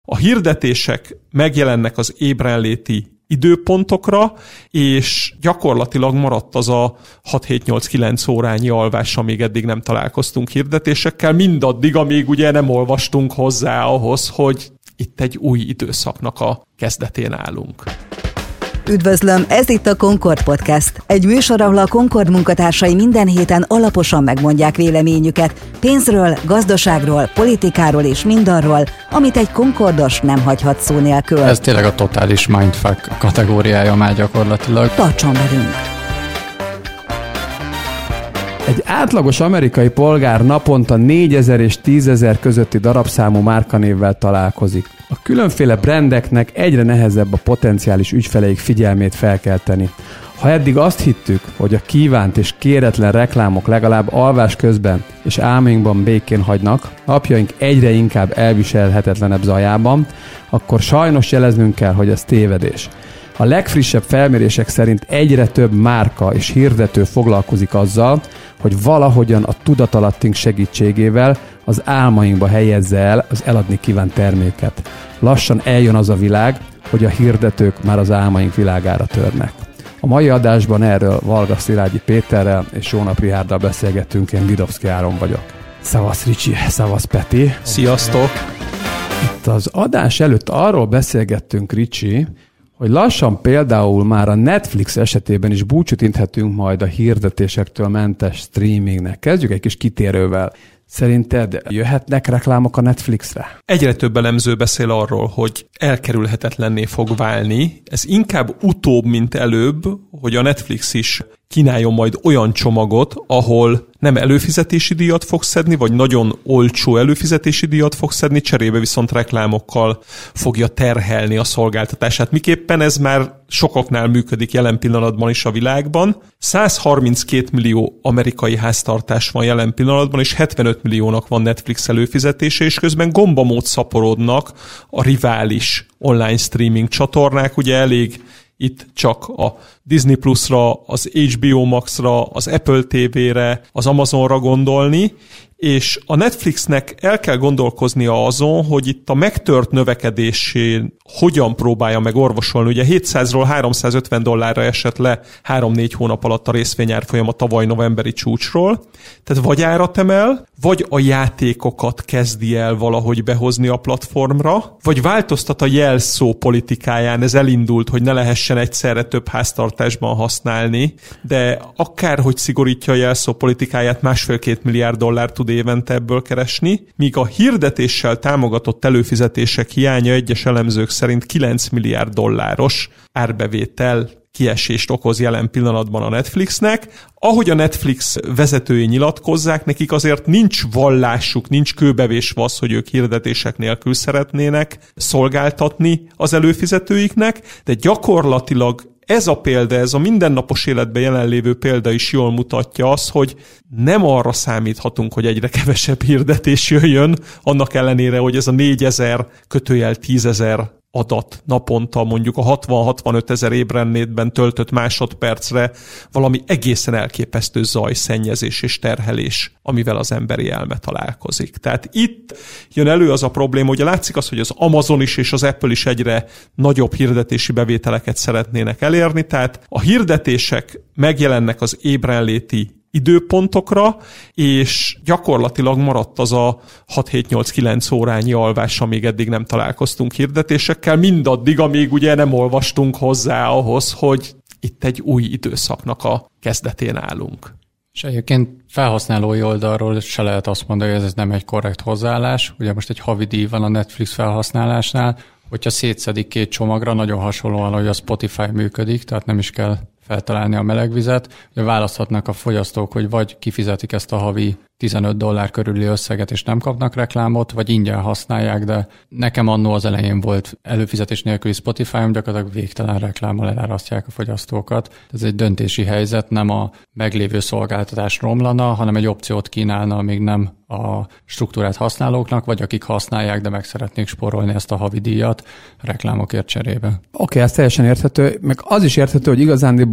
a hirdetések megjelennek az ébrenléti időpontokra, és gyakorlatilag maradt az a 6-7-8-9 órányi alvás, amíg eddig nem találkoztunk hirdetésekkel, mindaddig, amíg ugye nem olvastunk hozzá ahhoz, hogy itt egy új időszaknak a kezdetén állunk. Üdvözlöm, ez itt a Concord Podcast. Egy műsor, ahol a Concord munkatársai minden héten alaposan megmondják véleményüket pénzről, gazdaságról, politikáról és mindarról, amit egy Concordos nem hagyhat szó nélkül. Ez tényleg a totális mindfuck kategóriája már gyakorlatilag. Tartson velünk! Egy átlagos amerikai polgár naponta 4000 és 10 000 közötti darabszámú márkanévvel találkozik. A különféle brandeknek egyre nehezebb a potenciális ügyfeleik figyelmét felkelteni. Ha eddig azt hittük, hogy a kívánt és kéretlen reklámok legalább alvás közben és álmainkban békén hagynak, napjaink egyre inkább elviselhetetlenebb zajában, akkor sajnos jeleznünk kell, hogy ez tévedés. A legfrissebb felmérések szerint egyre több márka és hirdető foglalkozik azzal, hogy valahogyan a tudatalattink segítségével az álmainkba helyezze el az eladni kívánt terméket. Lassan eljön az a világ, hogy a hirdetők már az álmaink világára törnek. A mai adásban erről Valga Szilágyi Péterrel és Jónap Richárddal beszélgettünk, én Vidovszky Áron vagyok. Szavasz Ricsi, szavasz Peti. Sziasztok! Itt az adás előtt arról beszélgettünk, Ricsi, hogy lassan például már a Netflix esetében is búcsút inthetünk majd a hirdetésektől mentes streamingnek. Kezdjük egy kis kitérővel. Szerinted jöhetnek reklámok a Netflixre? Egyre több elemző beszél arról, hogy elkerülhetetlenné fog válni. Ez inkább utóbb, mint előbb, hogy a Netflix is kínáljon majd olyan csomagot, ahol nem előfizetési díjat fog szedni, vagy nagyon olcsó előfizetési díjat fog szedni, cserébe viszont reklámokkal fogja terhelni a szolgáltatását. Miképpen ez már sokaknál működik jelen pillanatban is a világban. 132 millió amerikai háztartás van jelen pillanatban, és 75 milliónak van Netflix előfizetése, és közben gombamód szaporodnak a rivális online streaming csatornák. Ugye elég itt csak a Disney Plus-ra, az HBO Max-ra, az Apple TV-re, az Amazonra gondolni, és a Netflixnek el kell gondolkoznia azon, hogy itt a megtört növekedésén hogyan próbálja meg orvosolni. Ugye $700-ról $350 esett le 3-4 hónap alatt a részvényárfolyam a tavaly novemberi csúcsról. Tehát vagy árat emel, vagy a játékokat kezdi el valahogy behozni a platformra, vagy változtat a jelszó politikáján, ez elindult, hogy ne lehessen egyszerre több háztartásban használni, de akárhogy szigorítja a jelszó politikáját, $1,5-2 milliárd tud évente ebből keresni, míg a hirdetéssel támogatott előfizetések hiánya egyes elemzők szerint $9 milliárd árbevétel kiesést okoz jelen pillanatban a Netflixnek. Ahogy a Netflix vezetői nyilatkozzák, nekik azért nincs vallásuk, nincs kőbevésve az, hogy ők hirdetések nélkül szeretnének szolgáltatni az előfizetőiknek, de gyakorlatilag ez a példa, ez a mindennapos életben jelenlévő példa is jól mutatja azt, hogy nem arra számíthatunk, hogy egyre kevesebb hirdetés jöjjön, annak ellenére, hogy ez a 4000-10 000 adat naponta mondjuk a 60-65 ezer ébrenlétben töltött másodpercre valami egészen elképesztő zajszennyezés és terhelés, amivel az emberi elme találkozik. Tehát itt jön elő az a probléma, hogy látszik az, hogy az Amazon is és az Apple is egyre nagyobb hirdetési bevételeket szeretnének elérni, tehát a hirdetések megjelennek az ébrenléti időpontokra, és gyakorlatilag maradt az a 6-7-8-9 órányi alvás, amíg eddig nem találkoztunk hirdetésekkel, mindaddig, amíg ugye nem olvastunk hozzá ahhoz, hogy itt egy új időszaknak a kezdetén állunk. És egyébként felhasználói oldalról se lehet azt mondani, hogy ez nem egy korrekt hozzáállás. Ugye most egy havidíj van a Netflix felhasználásnál, hogyha szétszedik 2 csomagra, nagyon hasonlóan, hogy a Spotify működik, tehát nem is kell feltalálni a melegvizet. Ugye választhatnak a fogyasztók, hogy vagy kifizetik ezt a havi $15 körüli összeget, és nem kapnak reklámot, vagy ingyen használják, de nekem annó az elején volt előfizetés nélküli Spotify-om, gyakorlatilag végtelen reklámmal elárasztják a fogyasztókat. Ez egy döntési helyzet, nem a meglévő szolgáltatás romlana, hanem egy opciót kínálna, még nem a struktúrát használóknak, vagy akik használják, de meg szeretnék spórolni ezt a havidíjat reklámokért cserébe. Oké, ez teljesen érthető, meg az is érthető, hogy igazándiból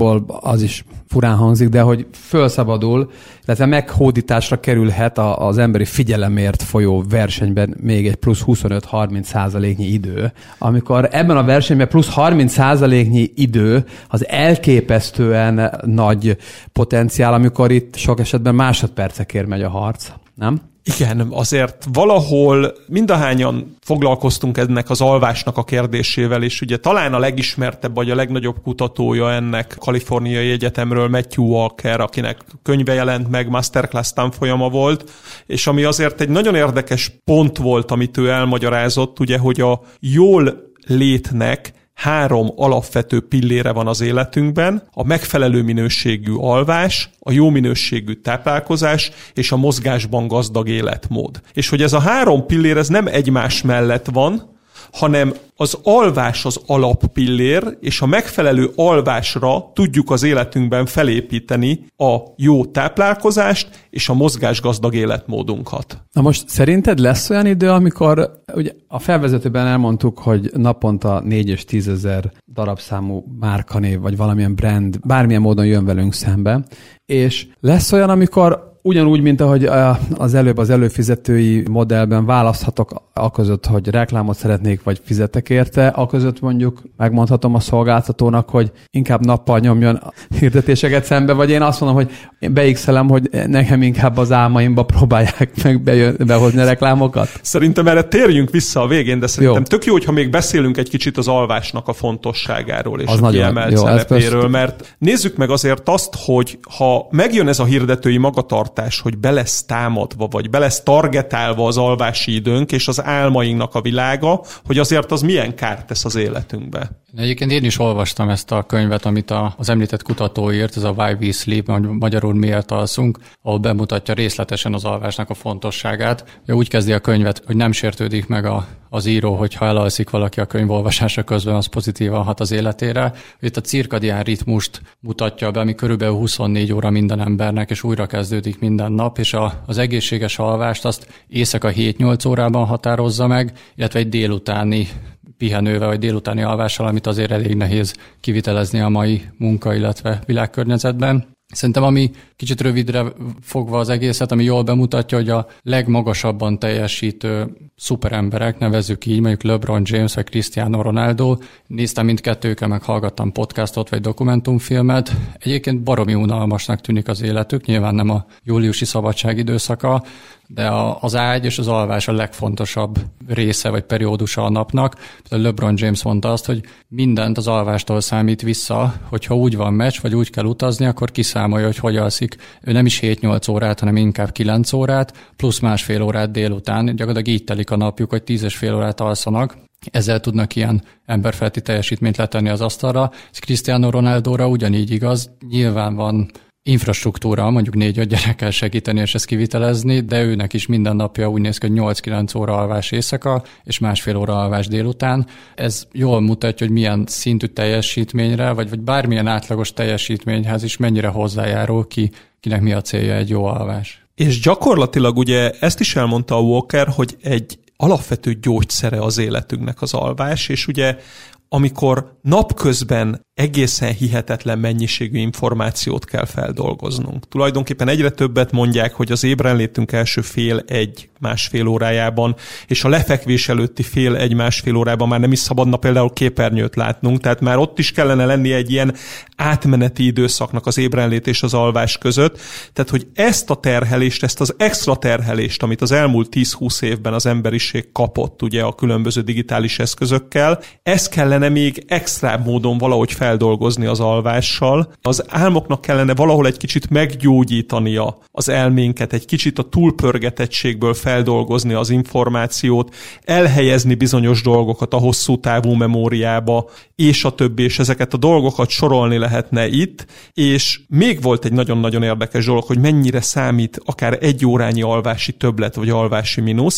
igazából az is furán hangzik, de hogy felszabadul, illetve meghódításra kerülhet az emberi figyelemért folyó versenyben még egy plusz 25-30%-nyi idő. Amikor ebben a versenyben plusz 30%-nyi idő az elképesztően nagy potenciál, amikor itt sok esetben másodpercekért megy a harc, nem? Igen, azért valahol mindahányan foglalkoztunk ennek az alvásnak a kérdésével, és ugye talán a legismertebb vagy a legnagyobb kutatója ennek Kaliforniai Egyetemről Matthew Walker, akinek könyve jelent meg, masterclass tanfolyama volt, és ami azért egy nagyon érdekes pont volt, amit ő elmagyarázott, ugye, hogy a jól létnek 3 alapvető pillére van az életünkben: a megfelelő minőségű alvás, a jó minőségű táplálkozás és a mozgásban gazdag életmód. És hogy ez a 3 pillér, ez nem egymás mellett van, hanem az alvás az alappillér, és a megfelelő alvásra tudjuk az életünkben felépíteni a jó táplálkozást és a mozgásgazdag életmódunkat. Na most szerinted lesz olyan idő, amikor ugye a felvezetőben elmondtuk, hogy naponta 4 és 10 ezer darabszámú márkanév, vagy valamilyen brand bármilyen módon jön velünk szembe, és lesz olyan, amikor ugyanúgy, mint ahogy az előfizetői modellben választhatok aközött, hogy reklámot szeretnék, vagy fizetek érte, aközött mondjuk megmondhatom a szolgáltatónak, hogy inkább nappal nyomjon hirdetéseket szembe, vagy én azt mondom, hogy beixelem, hogy nekem inkább az álmaimba próbálják meg behozni a reklámokat. Szerintem erre térjünk vissza a végén, de szerintem tök jó, hogyha még beszélünk egy kicsit az alvásnak a fontosságáról és az a kiemelt szerepéről, mert nézzük meg azért azt, hogy ha megjön ez a hirdetői magatartás, hogy be lesz támadva, vagy be lesz targetálva az alvási időnk és az álmainknak a világa, hogy azért az milyen kárt tesz az életünkbe. Egyébként én is olvastam ezt a könyvet, amit az említett kutató írt, ez a Why We Sleep, magyarul miért alszunk, ahol bemutatja részletesen az alvásnak a fontosságát. Úgy kezdi a könyvet, hogy nem sértődik meg az író, hogyha elalszik valaki a könyvolvasása közben, az pozitívan hat az életére. Itt a cirkadián ritmust mutatja be, ami körülbelül 24 óra minden embernek, és újra kezdődik minden nap, és az egészséges alvást azt éjszaka 7-8 órában határozza meg, illetve egy délutáni pihenővel, vagy délutáni alvással, amit azért elég nehéz kivitelezni a mai munka, illetve világkörnyezetben. Szerintem ami kicsit rövidre fogva az egészet, ami jól bemutatja, hogy a legmagasabban teljesítő szuperemberek, nevezzük így, mondjuk LeBron James vagy Cristiano Ronaldo, néztem mindkettőkkel, meg hallgattam podcastot vagy dokumentumfilmet. Egyébként baromi unalmasnak tűnik az életük, nyilván nem a júliusi szabadság időszaka, de az ágy és az alvás a legfontosabb része vagy periódusa a napnak. LeBron James mondta azt, hogy mindent az alvástól számít vissza, hogyha úgy van meccs, vagy úgy kell utazni, akkor kiszámolja, hogy alszik. Ő nem is 7-8 órát, hanem inkább 9 órát, plusz másfél órát délután. Gyakorlatilag így telik a napjuk, hogy 10,5 órát alszanak. Ezzel tudnak ilyen emberfeletti teljesítményt letenni az asztalra. Ez Cristiano Ronaldóra ugyanígy igaz. Nyilván van infrastruktúra, mondjuk 4-5 gyerekkel segíteni és ezt kivitelezni, de őnek is minden napja úgy néz ki, hogy 8-9 óra alvás éjszaka, és másfél óra alvás délután. Ez jól mutatja, hogy milyen szintű teljesítményre, vagy bármilyen átlagos teljesítményhez is mennyire hozzájárul ki, kinek mi a célja egy jó alvás. És gyakorlatilag ugye ezt is elmondta a Walker, hogy egy alapvető gyógyszere az életünknek az alvás, és ugye amikor napközben egészen hihetetlen mennyiségű információt kell feldolgoznunk. Tulajdonképpen egyre többet mondják, hogy az ébrenlétünk első fél-másfél órájában, és a lefekvés előtti fél-másfél órában már nem is szabadna például képernyőt látnunk, tehát már ott is kellene lennie egy ilyen átmeneti időszaknak az ébrenlét és az alvás között. Tehát, hogy ezt a terhelést, ezt az extra terhelést, amit az elmúlt 10-20 évben az emberiség kapott ugye a különböző digitális eszközökkel, ezt kellene még extra módon valahogy feldolgozni az alvással. Az álmoknak kellene valahol egy kicsit meggyógyítania az elménket, egy kicsit a túlpörgetettségből feldolgozni az információt, elhelyezni bizonyos dolgokat a hosszú távú memóriába, és a többi, és ezeket a dolgokat sorolni lehetne itt, és még volt egy nagyon-nagyon érdekes dolog, hogy mennyire számít akár 1 órányi alvási többlet, vagy alvási mínusz.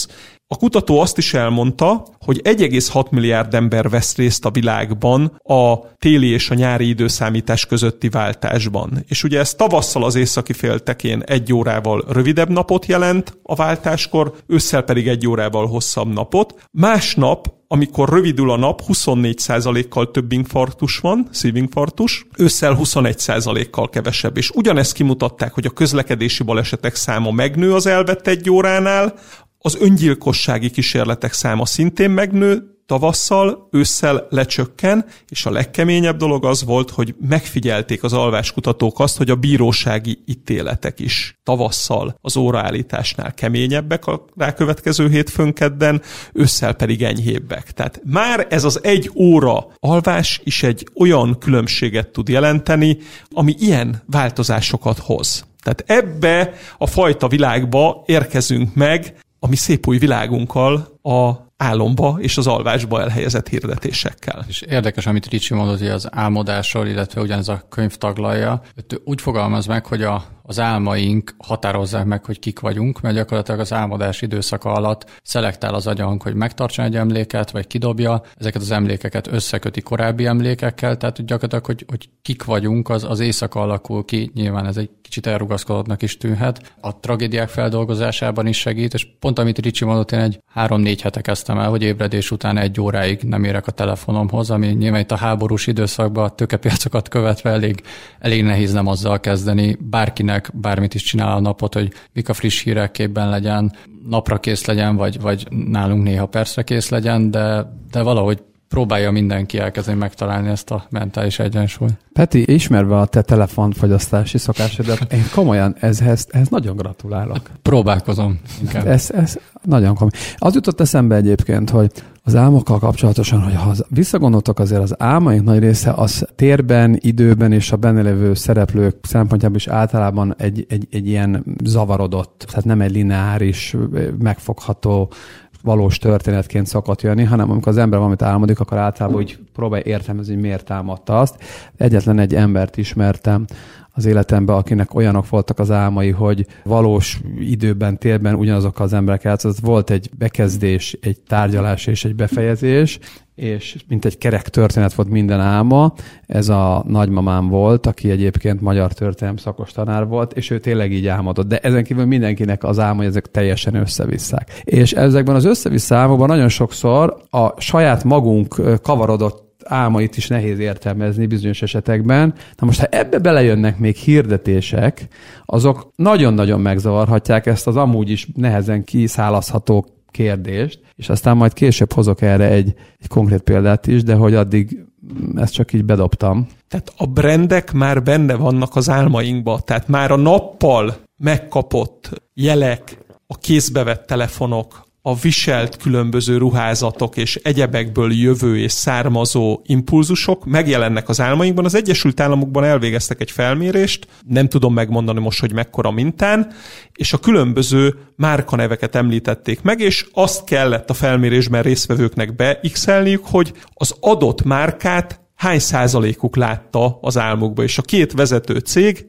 A kutató azt is elmondta, hogy 1,6 milliárd ember vesz részt a világban a téli és a nyári időszámítás közötti váltásban. És ugye ez tavasszal az északi féltekén 1 órával rövidebb napot jelent a váltáskor, ősszel pedig 1 órával hosszabb napot. Másnap, amikor rövidül a nap, 24%-kal több infarktus van, szívinfarktus, ősszel 21%-kal kevesebb. És ugyanezt kimutatták, hogy a közlekedési balesetek száma megnő az elvett 1 óránál, az öngyilkossági kísérletek száma szintén megnő, tavasszal, ősszel lecsökken, és a legkeményebb dolog az volt, hogy megfigyelték az alváskutatók azt, hogy a bírósági ítéletek is tavasszal az óraállításnál keményebbek a rákövetkező hétfőn kedden, ősszel pedig enyhébbek. Tehát már ez az 1 óra alvás is egy olyan különbséget tud jelenteni, ami ilyen változásokat hoz. Tehát ebbe a fajta világba érkezünk meg, a mi szép új világunkkal, a álomba és az alvásba elhelyezett hirdetésekkel. És érdekes, amit Ricsi mondott, hogy az álmodásról, illetve ugyanez a könyv taglalja. Úgy fogalmaz meg, hogy az álmaink határozzák meg, hogy kik vagyunk, mert gyakorlatilag az álmodás időszaka alatt szelektál az agyunk, hogy megtartson egy emléket, vagy kidobja. Ezeket az emlékeket összeköti korábbi emlékekkel, tehát gyakorlatilag, hogy kik vagyunk, az éjszaka alakul ki. Nyilván ez egy kicsit elrugaszkodottnak is tűnhet. A tragédiák feldolgozásában is segít, és pont amit Ricsi mondott, én egy 3-4 hete kezdtem el, hogy ébredés után 1 óráig nem érek a telefonomhoz, ami nyilván itt a háborús időszakban a tőkepiacokat követve elég nehéz nem azzal kezdeni. Bárkinek bármit is csinál a napot, hogy mik a friss hírek képben legyen, napra kész legyen, vagy nálunk néha percre kész legyen, de valahogy próbálja mindenki elkezdeni megtalálni ezt a mentális egyensúlyt. Peti, ismerve a te telefonfogyasztási szokásodat, én komolyan ehhez nagyon gratulálok. Próbálkozom inkább. Ez nagyon komoly. Az jutott eszembe egyébként, hogy az álmokkal kapcsolatosan, hogy ha visszagondoltok, azért az álmaink nagy része az térben, időben és a benne lévő szereplők szempontjából is általában egy ilyen zavarodott, tehát nem egy lineáris, megfogható, valós történetként szokott jönni, hanem amikor az ember valamit álmodik, akkor általában úgy próbálja értelmezni, hogy miért támadta azt. Egyetlen egy embert ismertem az életemben, akinek olyanok voltak az álmai, hogy valós időben, térben ugyanazokkal az emberek játszott. Volt egy bekezdés, egy tárgyalás és egy befejezés, és mint egy kerek történet volt minden álma. Ez a nagymamám volt, aki egyébként magyar történelem szakos tanár volt, és ő tényleg így álmodott. De ezen kívül mindenkinek az álmai ezek teljesen összevisszák. És ezekben az összevissza álmokban nagyon sokszor a saját magunk kavarodott álmait is nehéz értelmezni bizonyos esetekben. Na most, ha ebbe belejönnek még hirdetések, azok nagyon-nagyon megzavarhatják ezt az amúgy is nehezen kiszálaszható kérdést, és aztán majd később hozok erre egy konkrét példát is, de hogy addig ezt csak így bedobtam. Tehát a brandek már benne vannak az álmainkba, tehát már a nappal megkapott jelek, a kézbe vett telefonok, a viselt különböző ruházatok és egyebekből jövő és származó impulzusok megjelennek az álmainkban. Az Egyesült Államokban elvégeztek egy felmérést, nem tudom megmondani most, hogy mekkora mintán, és a különböző márkaneveket említették meg, és azt kellett a felmérésben résztvevőknek beixelniük, hogy az adott márkát hány százalékuk látta az álmukba, és a 2 vezető cég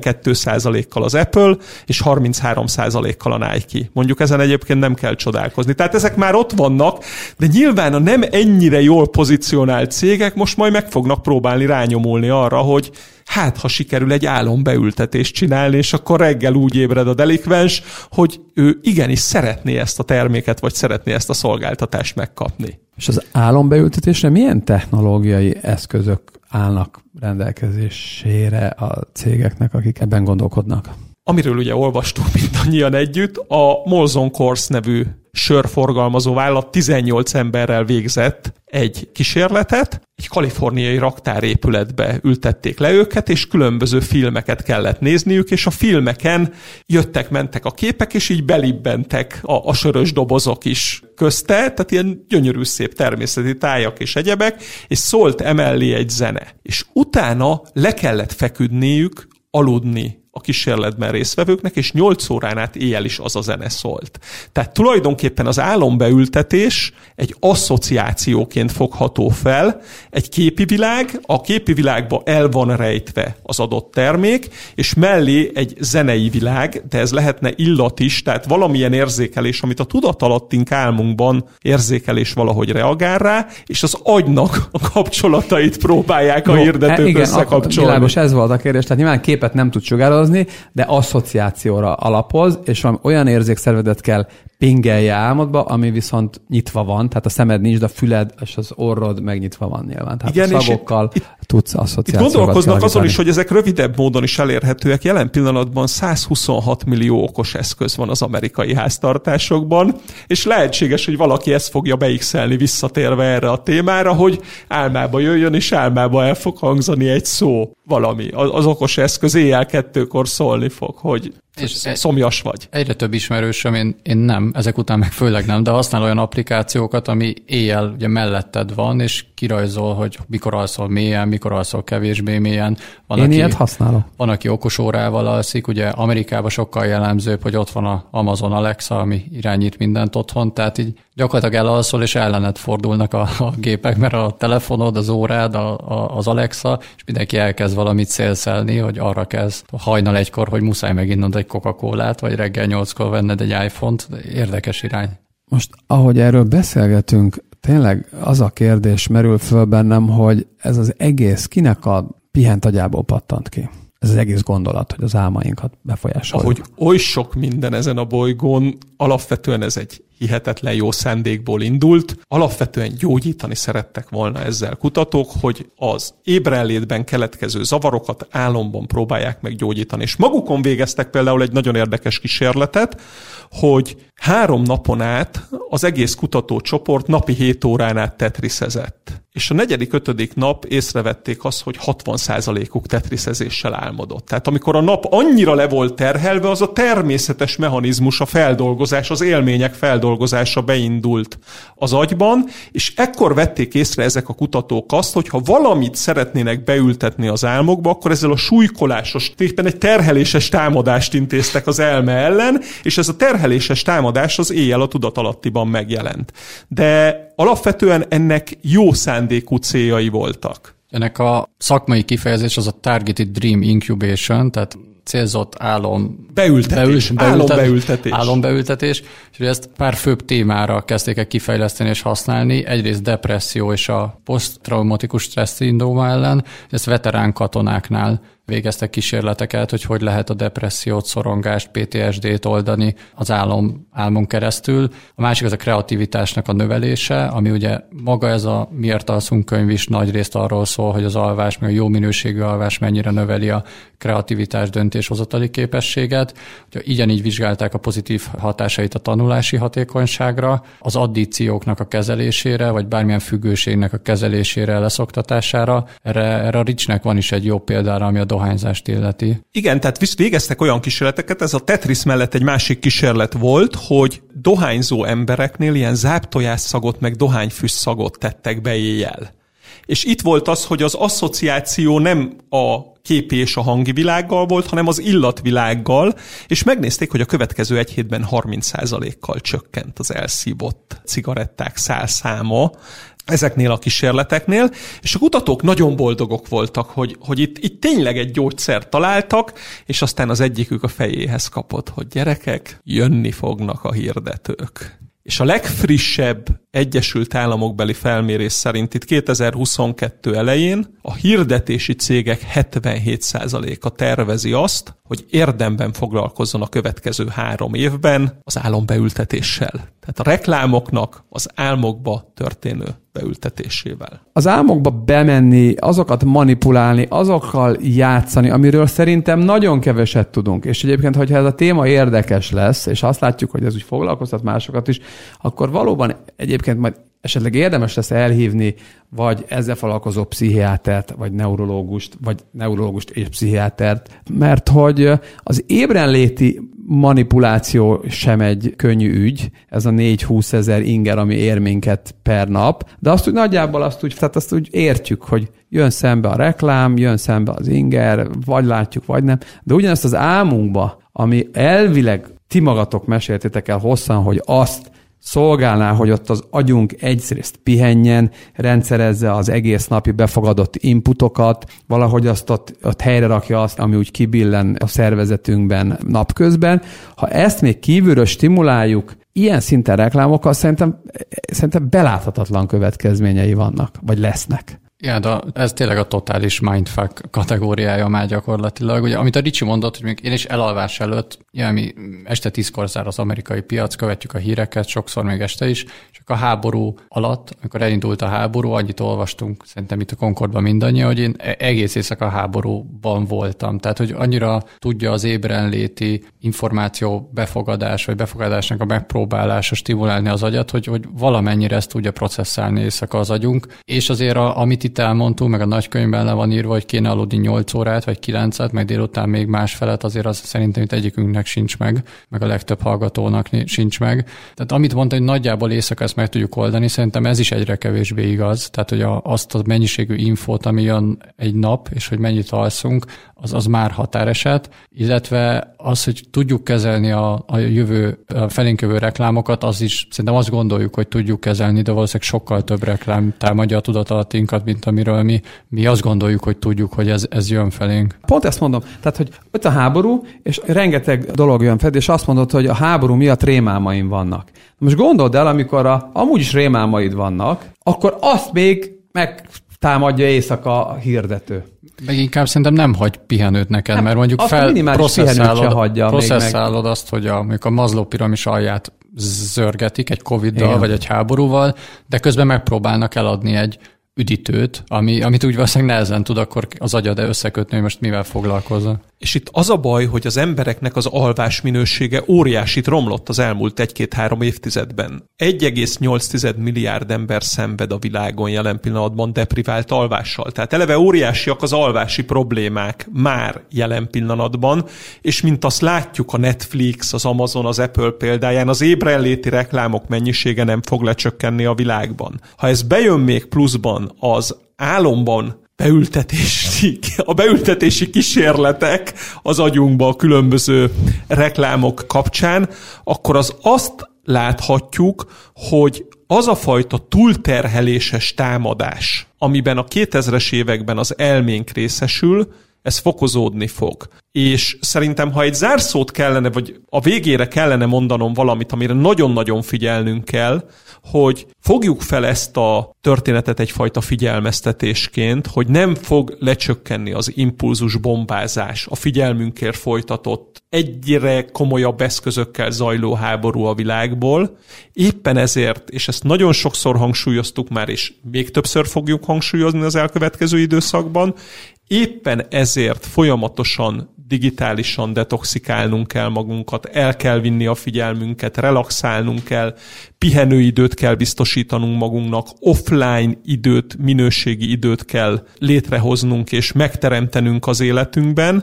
42%-kal az Apple, és 33%-kal a Nike. Mondjuk ezen egyébként nem kell csodálkozni. Tehát ezek már ott vannak, de nyilván a nem ennyire jól pozícionált cégek most majd meg fognak próbálni rányomulni arra, hogy hát, ha sikerül egy álombeültetést csinálni, és akkor reggel úgy ébred a delikvens, hogy ő igenis szeretné ezt a terméket, vagy szeretné ezt a szolgáltatást megkapni. És az álombeültetésre milyen technológiai eszközök állnak rendelkezésére a cégeknek, akik ebben gondolkodnak? Amiről ugye olvastunk mindannyian együtt, a Molson Coors nevű sörforgalmazó vállalat 18 emberrel végzett egy kísérletet, egy kaliforniai raktárépületbe ültették le őket, és különböző filmeket kellett nézniük, és a filmeken jöttek-mentek a képek, és így belibbentek a sörös dobozok is közte, tehát ilyen gyönyörű szép természeti tájak és egyebek, és szólt emellé egy zene. És utána le kellett feküdniük, aludni a kísérletben résztvevőknek, és 8 órán át éjjel is az a zene szólt. Tehát tulajdonképpen az álombeültetés egy asszociációként fogható fel, egy képi világ, a képi világba el van rejtve az adott termék, és mellé egy zenei világ, de ez lehetne illat is, tehát valamilyen érzékelés, amit a tudatalattunk álmunkban érzékelés valahogy reagál rá, és az agynak a kapcsolatait próbálják a hirdetők összekapcsolni. Világos, ez volt a kérdés. Tehát nyilván képet nem tud sugározni, de asszociációra alapoz, és olyan érzékszervedet kell pingelje álmodba, ami viszont nyitva van, tehát a szemed nincs, de a füled és az orrod megnyitva van nyilván. Tehát igen, a szagokkal tudsz asszociációkat. Itt gondolkoznak azon is, hogy ezek rövidebb módon is elérhetőek. Jelen pillanatban 126 millió okos eszköz van az amerikai háztartásokban, és lehetséges, hogy valaki ezt fogja beixelni visszatérve erre a témára, hogy álmába jöjjön, és álmába el fog hangzani egy szó, valami. Az okos eszköz éjjel 2-kor szólni fog, hogy szomjas vagy. Egyre több ismerősöm, én nem, ezek után meg főleg nem, de használ olyan applikációkat, ami éjjel ugye melletted van, és kirajzol, hogy mikor alszol mélyen, mikor alszol kevésbé mélyen. Én ilyet használom. Van, aki okos órával alszik, ugye Amerikában sokkal jellemzőbb, hogy ott van az Amazon Alexa, ami irányít mindent otthon, tehát így gyakorlatilag elalszol, és ellened fordulnak a gépek, mert a telefonod, az órád, az Alexa, és mindenki elkezd valamit szélszelni, hogy arra kezd hajnal 1-kor, hogy muszáj meginnod egy Coca-Colát, vagy reggel 8-kor venned egy iPhone-t. Érdekes irány. Most, ahogy erről beszélgetünk, tényleg az a kérdés merül föl bennem, hogy ez az egész kinek a pihent agyából pattant ki? Ez az egész gondolat, hogy az álmainkat befolyásoljuk. Ahogy oly sok minden ezen a bolygón, alapvetően ez egy hihetetlen jó szándékból indult. Alapvetően gyógyítani szerettek volna ezzel kutatók, hogy az ébrenlétben keletkező zavarokat álomban próbálják meggyógyítani. És magukon végeztek például egy nagyon érdekes kísérletet, hogy 3 napon át az egész kutatócsoport napi 7 órán át tetrisezett. És a 4.-5. nap észrevették azt, hogy 60%-uk tetrisezéssel álmodott. Tehát amikor a nap annyira le volt terhelve, az a természetes mechanizmus, a feldolgozás, az élmények feldolgozása beindult az agyban, és ekkor vették észre ezek a kutatók azt, hogy ha valamit szeretnének beültetni az álmokba, akkor ezzel a súlykolásos, éppen egy terheléses támadást intéztek az elme ellen, és ez a terheléses támadás az éjjel a tudatalattiban megjelent. De alapvetően ennek jó szándékú céljai voltak. Ennek a szakmai kifejezés az a Targeted Dream Incubation, tehát célzott álombeültetés, és ezt pár főbb témára kezdték el kifejleszteni és használni. Egyrészt depresszió és a poszttraumatikus stressz-szindróma ellen, ezt veterán katonáknál végeztek kísérleteket, hogy lehet a depressziót, szorongást, PTSD-t oldani az álmon keresztül. A másik az a kreativitásnak a növelése, ami ugye maga ez a Miért alszunk könyv is nagyrészt arról szól, hogy az alvás, meg a jó minőségű alvás mennyire növeli a kreativitás, döntéshozatali képességet. Ugyanígy vizsgálták a pozitív hatásait a tanulási hatékonyságra, az addícióknak a kezelésére, vagy bármilyen függőségnek a kezelésére, leszoktatására. Erre a Richnek van is egy jó példára, ami a dohányzást illeti. Igen, tehát végeztek olyan kísérleteket, ez a Tetris mellett egy másik kísérlet volt, hogy dohányzó embereknél ilyen záptojásszagot meg dohányfüstszagot tettek be éjjel. És itt volt az, hogy az asszociáció nem a képi és a hangi világgal volt, hanem az illatvilággal, és megnézték, hogy a következő egy hétben 30%-kal csökkent az elszívott cigaretták száma ezeknél a kísérleteknél, és a kutatók nagyon boldogok voltak, hogy itt tényleg egy gyógyszert találtak, és aztán az egyikük a fejéhez kapott, hogy gyerekek, jönni fognak a hirdetők. És a legfrissebb Egyesült Államokbeli felmérés szerint itt 2022 elején a hirdetési cégek 77%-a tervezi azt, hogy érdemben foglalkozzon a következő 3 évben az álombeültetéssel. Tehát a reklámoknak az álmokba történő beültetésével. Az álmokba bemenni, azokat manipulálni, azokkal játszani, amiről szerintem nagyon keveset tudunk. És egyébként, hogyha ez a téma érdekes lesz, és azt látjuk, hogy ez úgy foglalkoztat másokat is, akkor valóban egyébként majd esetleg érdemes lesz elhívni vagy ezzel foglalkozó pszichiátert, vagy neurológust és pszichiátert, mert hogy az ébrenléti manipuláció sem egy könnyű ügy, ez a 4-20 ezer inger, ami ér minket per nap, de azt úgy nagyjából azt úgy értjük, hogy jön szembe a reklám, jön szembe az inger, vagy látjuk, vagy nem, de ugyanezt az álmunkba, ami elvileg ti magatok meséltétek el hosszan, hogy azt szolgálná, hogy ott az agyunk egyrészt pihenjen, rendszerezze az egész napi befogadott inputokat, valahogy azt ott helyre rakja azt, ami úgy kibillen a szervezetünkben napközben. Ha ezt még kívülről stimuláljuk, ilyen szinten reklámokkal szerintem beláthatatlan következményei vannak, vagy lesznek. Ja, de ez tényleg a totális mindfuck kategóriája már gyakorlatilag. Ugye, amit a Ricsi mondott, hogy még én is elalvás előtt, mi este 10-kor zár az amerikai piac, követjük a híreket, sokszor még este is, és a háború alatt, amikor elindult a háború, annyit olvastunk, szerintem itt a Concordban mindannyian, hogy én egész éjszaka háborúban voltam. Tehát, hogy annyira tudja az ébrenléti információ befogadás, vagy befogadásnak a megpróbálása stimulálni az agyat, hogy valamennyire ezt tudja processzálni éjszaka az agyunk, és azért amit itt elmondtunk, meg a nagykönyvben le van írva, hogy kéne aludni 8 órát, vagy 9-et, meg délután még másfelet, azért az szerintem itt egyikünknek sincs meg a legtöbb hallgatónak sincs meg. Tehát amit mondta, hogy nagyjából éjszaka ezt meg tudjuk oldani, szerintem ez is egyre kevésbé igaz. Tehát, hogy azt a mennyiségű infót, ami jön egy nap, és hogy mennyit alszunk, az már határeset, illetve az, hogy tudjuk kezelni a jövő felénk jövő reklámokat, az is szerintem azt gondoljuk, hogy tudjuk kezelni, de valószínűleg sokkal több reklám támadja a tudatalattinkat, mint amiről mi azt gondoljuk, hogy tudjuk, hogy ez jön felénk. Pont ezt mondom, tehát, hogy ott a háború, és rengeteg dolog jön fel, és azt mondod, hogy a háború miatt rémálmaim vannak. Most gondold el, amikor amúgy is rémálmaid vannak, akkor azt még megtámadja éjszaka a hirdető. Meg inkább szerintem nem hagy pihenőt neked, mert mondjuk processzálod azt, hogy mondjuk a Maslow piramis alját zörgetik egy Covid-dal, vagy egy háborúval, de közben megpróbálnak eladni egy üdítőt, amit úgy valószínűleg nehezen tud akkor az agyad összekötni, hogy most mivel foglalkozza. És itt az a baj, hogy az embereknek az alvás minősége óriásit romlott az elmúlt 1-2-3 évtizedben. 1,8 milliárd ember szenved a világon jelen pillanatban deprivált alvással. Tehát eleve óriásiak az alvási problémák már jelen pillanatban, és mint azt látjuk a Netflix, az Amazon, az Apple példáján, az ébrenléti reklámok mennyisége nem fog lecsökkenni a világban. Ha ez bejön még pluszban az álomban a beültetési kísérletek az agyunkba a különböző reklámok kapcsán, akkor azt láthatjuk, hogy az a fajta túlterheléses támadás, amiben a 2000-es években az elménk részesül, ez fokozódni fog. És szerintem, ha egy zárszót kellene, vagy a végére kellene mondanom valamit, amire nagyon-nagyon figyelnünk kell, hogy fogjuk fel ezt a történetet egyfajta figyelmeztetésként, hogy nem fog lecsökkenni az impulzus bombázás, a figyelmünkért folytatott, egyre komolyabb eszközökkel zajló háború a világból. Éppen ezért, és ezt nagyon sokszor hangsúlyoztuk már, és még többször fogjuk hangsúlyozni az elkövetkező időszakban, éppen ezért folyamatosan digitálisan detoxikálnunk kell magunkat, el kell vinni a figyelmünket, relaxálnunk kell, pihenőidőt kell biztosítanunk magunknak, offline időt, minőségi időt kell létrehoznunk és megteremtenünk az életünkben,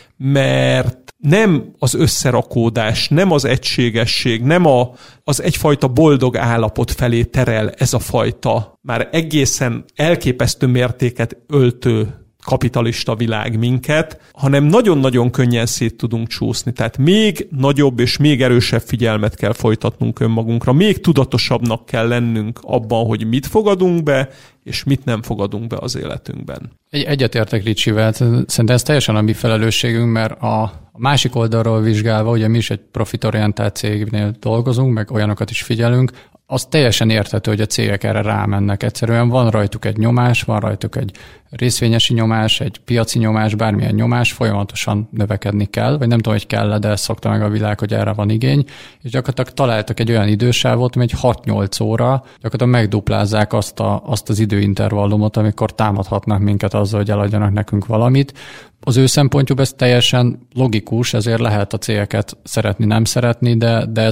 mert nem az összerakódás, nem az egységesség, nem az egyfajta boldog állapot felé terel ez a fajta, már egészen elképesztő mértéket öltő kapitalista világ minket, hanem nagyon-nagyon könnyen szét tudunk csúszni. Tehát még nagyobb és még erősebb figyelmet kell folytatnunk önmagunkra, még tudatosabbnak kell lennünk abban, hogy mit fogadunk be, és mit nem fogadunk be az életünkben. Egyetértek Ricsivel, szerintem ez teljesen a mi felelősségünk, mert a másik oldalról vizsgálva, ugye mi is egy profitorientált cégnél dolgozunk, meg olyanokat is figyelünk, az teljesen érthető, hogy a cégek erre rámennek. Egyszerűen van rajtuk egy nyomás, van rajtuk egy részvényesi nyomás, egy piaci nyomás, bármilyen nyomás, folyamatosan növekedni kell, vagy nem tudom, hogy kell, de ezt szokta meg a világ, hogy erre van igény, és gyakorlatilag találtak egy olyan idősávot, ami egy 6-8 óra, gyakorlatilag megduplázzák azt az időintervallumot, amikor támadhatnak minket azzal, hogy eladjanak nekünk valamit. Az ő szempontjuk ez teljesen logikus, ezért lehet a cégeket szeretni, nem szeretni, de ez egy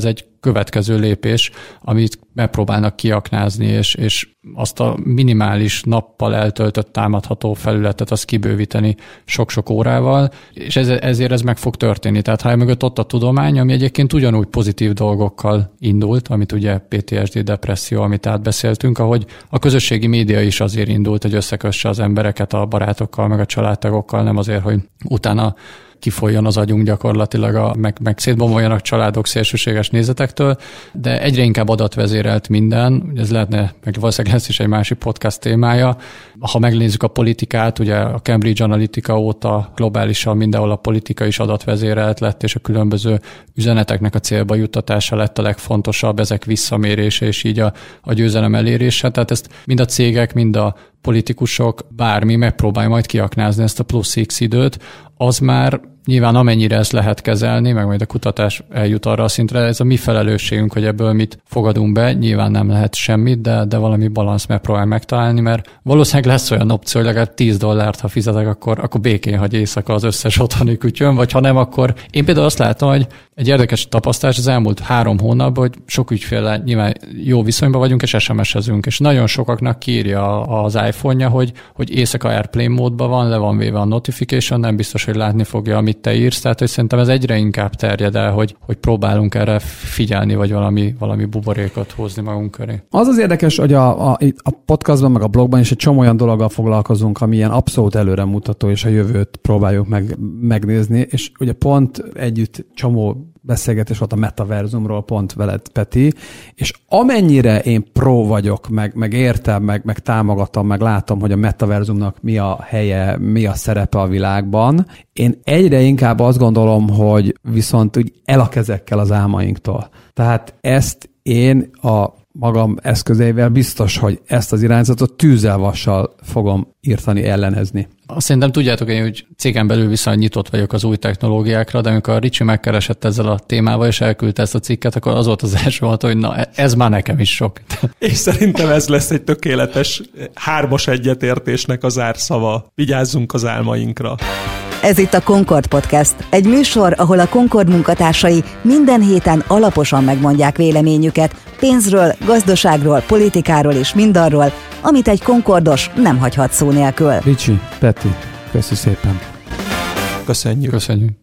következő lépés, amit megpróbálnak kiaknázni, és azt a minimális nappal eltöltött támadható felületet azt kibővíteni sok-sok órával, és ezért ez meg fog történni. Tehát ha mögött ott a tudomány, ami egyébként ugyanúgy pozitív dolgokkal indult, amit ugye PTSD, depresszió, amit átbeszéltünk, ahogy a közösségi média is azért indult, hogy összekösse az embereket a barátokkal, meg a családtagokkal, nem azért, hogy utána kifolyjon az agyunk gyakorlatilag, meg szétbomoljanak családok szélsőséges nézetektől, de egyre inkább adatvezérelt minden, ez lehetne, meg valószínűleg ez is egy másik podcast témája. Ha megnézzük a politikát, ugye a Cambridge Analytica óta globálisan mindenhol a politika is adatvezérelt lett, és a különböző üzeneteknek a célba juttatása lett a legfontosabb, ezek visszamérése, és így a győzelem elérése. Tehát ezt mind a cégek, mind a politikusok, bármi megpróbálja majd kiaknázni ezt a plusz X időt, az már nyilván amennyire ezt lehet kezelni, meg majd a kutatás eljut arra a szintre, ez a mi felelősségünk, hogy ebből mit fogadunk be, nyilván nem lehet semmit, de valami balansz megpróbál megtalálni, mert valószínűleg lesz olyan opció, hogy legalább $10, ha fizetek, akkor békén hagy éjszaka az összes otthoni kütyön, vagy ha nem, akkor én például azt látom, hogy egy érdekes tapasztalás az elmúlt 3 hónapban, hogy sok ügyféllel nyilván jó viszonyban vagyunk, és SMS-ezünk, és nagyon sokaknak kiírja az iPhone-ja, hogy éjszaka Airplane módban van, le van véve a notification, nem biztos, hogy látni fogja, amit te írsz, tehát hogy szerintem ez egyre inkább terjed el, hogy próbálunk erre figyelni, vagy valami buborékot hozni magunk köré. Az érdekes, hogy a podcastban, meg a blogban is egy csomó olyan dologgal foglalkozunk, ami ilyen abszolút előremutató, és a jövőt próbáljuk megnézni, és ugye pont együtt csomó beszélgetés volt a metaverzumról pont veled, Peti, és amennyire én pro vagyok, meg értem, meg támogatom, meg látom, hogy a metaverzumnak mi a helye, mi a szerepe a világban, én egyre inkább azt gondolom, hogy viszont úgy el a kezekkel az álmainktól. Tehát ezt én a magam eszközeivel biztos, hogy ezt az irányzatot tűzzel-vassal fogom írtani, ellenezni. Azt szerintem tudjátok, én, hogy cégen belül viszont nyitott vagyok az új technológiákra, de amikor a Ricsi megkeresett ezzel a témával, és elküldte ezt a cikket, akkor az volt az első volt, hogy na, ez már nekem is sok. És szerintem ez lesz egy tökéletes 3-as egyetértésnek a zárszava. Vigyázzunk az álmainkra. Ez itt a Concord Podcast, egy műsor, ahol a Concord munkatársai minden héten alaposan megmondják véleményüket pénzről, gazdaságról, politikáról és mindarról, amit egy Concordos nem hagyhat szó nélkül. Ricsi, Peti, köszi szépen. Köszönjük. Köszönjük.